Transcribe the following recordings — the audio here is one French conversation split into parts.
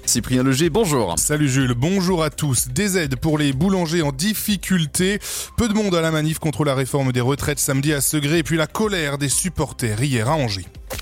Cyprien Leger, bonjour. Salut Jules, bonjour à tous. Des aides pour les boulangers en difficulté. Peu de monde à la manif contre la réforme des retraites samedi à Segré et puis la colère des supporters hier à Angers.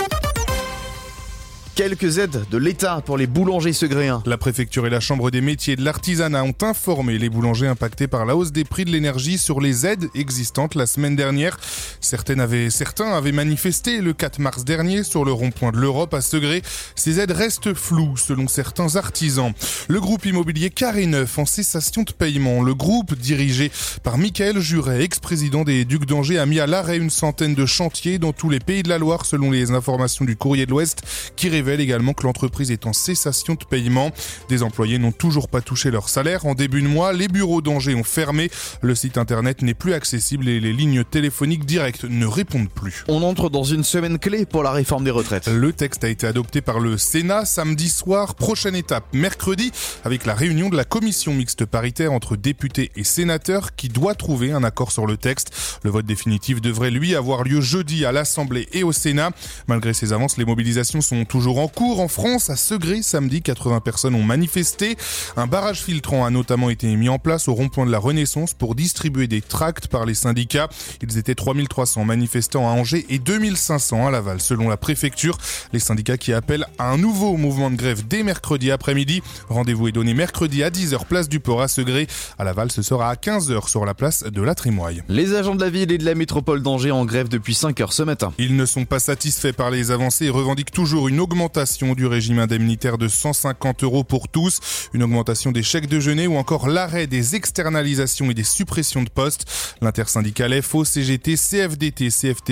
Quelques aides de l'État pour les boulangers segréens. La préfecture et la chambre des métiers et de l'artisanat ont informé les boulangers impactés par la hausse des prix de l'énergie sur les aides existantes la semaine dernière. Certains avaient manifesté le 4 mars dernier sur le rond-point de l'Europe à Segré. Ces aides restent floues selon certains artisans. Le groupe immobilier Carré Neuf en cessation de paiement. Le groupe dirigé par Michael Juret, ex-président des Ducs d'Angers, a mis à l'arrêt une centaine de chantiers dans tous les pays de la Loire selon les informations du Courrier de l'Ouest qui révèle également que l'entreprise est en cessation de paiement. Des employés n'ont toujours pas touché leur salaire. En début de mois, les bureaux d'Angers ont fermé. Le site internet n'est plus accessible et les lignes téléphoniques directes ne répondent plus. On entre dans une semaine clé pour la réforme des retraites. Le texte a été adopté par le Sénat samedi soir. Prochaine étape, mercredi, avec la réunion de la commission mixte paritaire entre députés et sénateurs qui doit trouver un accord sur le texte. Le vote définitif devrait lui avoir lieu jeudi à l'Assemblée et au Sénat. Malgré ces avances, les mobilisations sont toujours en cours. En France, à Segré, samedi, 80 personnes ont manifesté. Un barrage filtrant a notamment été mis en place au rond-point de la Renaissance pour distribuer des tracts par les syndicats. Ils étaient 3300 manifestants à Angers et 2500 à Laval, selon la préfecture. Les syndicats qui appellent à un nouveau mouvement de grève dès mercredi après-midi. Rendez-vous est donné mercredi à 10h, place du Port à Segré. À Laval, ce sera à 15h sur la place de la Trémoille. Les agents de la ville et de la métropole d'Angers en grève depuis 5h ce matin. Ils ne sont pas satisfaits par les avancées et revendiquent toujours une augmentation du régime indemnitaire de 150 € pour tous, une augmentation des chèques de déjeuner ou encore l'arrêt des externalisations et des suppressions de postes. L'intersyndicale FO, CGT, CFDT,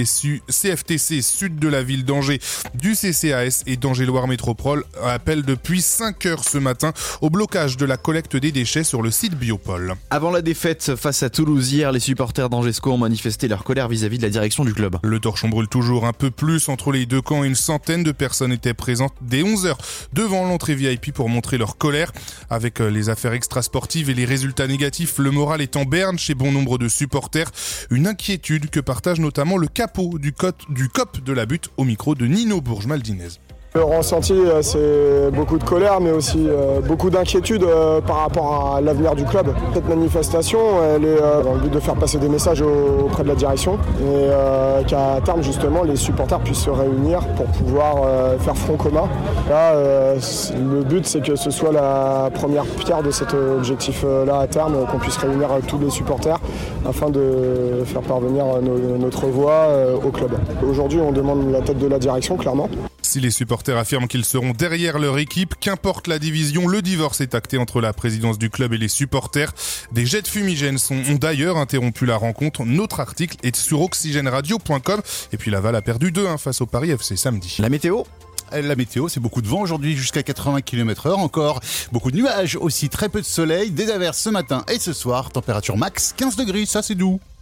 CFTC Sud de la ville d'Angers, du CCAS et d'Angers-Loire Métropole appellent depuis 5h ce matin au blocage de la collecte des déchets sur le site Biopol. Avant la défaite face à Toulouse hier, les supporters d'Angesco ont manifesté leur colère vis-à-vis de la direction du club. Le torchon brûle toujours un peu plus entre les deux camps et une centaine de personnes étaient présentes dès 11h devant l'entrée VIP pour montrer leur colère. Avec les affaires extrasportives et les résultats négatifs, le moral est en berne chez bon nombre de supporters. Une inquiétude que partage notamment le capot du COP de la Butte au micro de Nino Bourges-Maldinez. Le ressenti, c'est beaucoup de colère, mais aussi beaucoup d'inquiétude par rapport à l'avenir du club. Cette manifestation, elle est dans le but de faire passer des messages auprès de la direction et qu'à terme, justement, les supporters puissent se réunir pour pouvoir faire front commun. Là, le but, c'est que ce soit la première pierre de cet objectif-là à terme, qu'on puisse réunir tous les supporters afin de faire parvenir notre voix au club. Aujourd'hui, on demande la tête de la direction, clairement. Si les supporters affirment qu'ils seront derrière leur équipe, qu'importe la division, le divorce est acté entre la présidence du club et les supporters. Des jets de fumigène ont d'ailleurs interrompu la rencontre. Notre article est sur oxygenradio.com. Et puis Laval a perdu 2-1 face au Paris FC samedi. La météo ? La météo, c'est beaucoup de vent aujourd'hui jusqu'à 80 km/h. Encore beaucoup de nuages aussi, très peu de soleil, des averses ce matin et ce soir. Température max 15 degrés, ça c'est doux.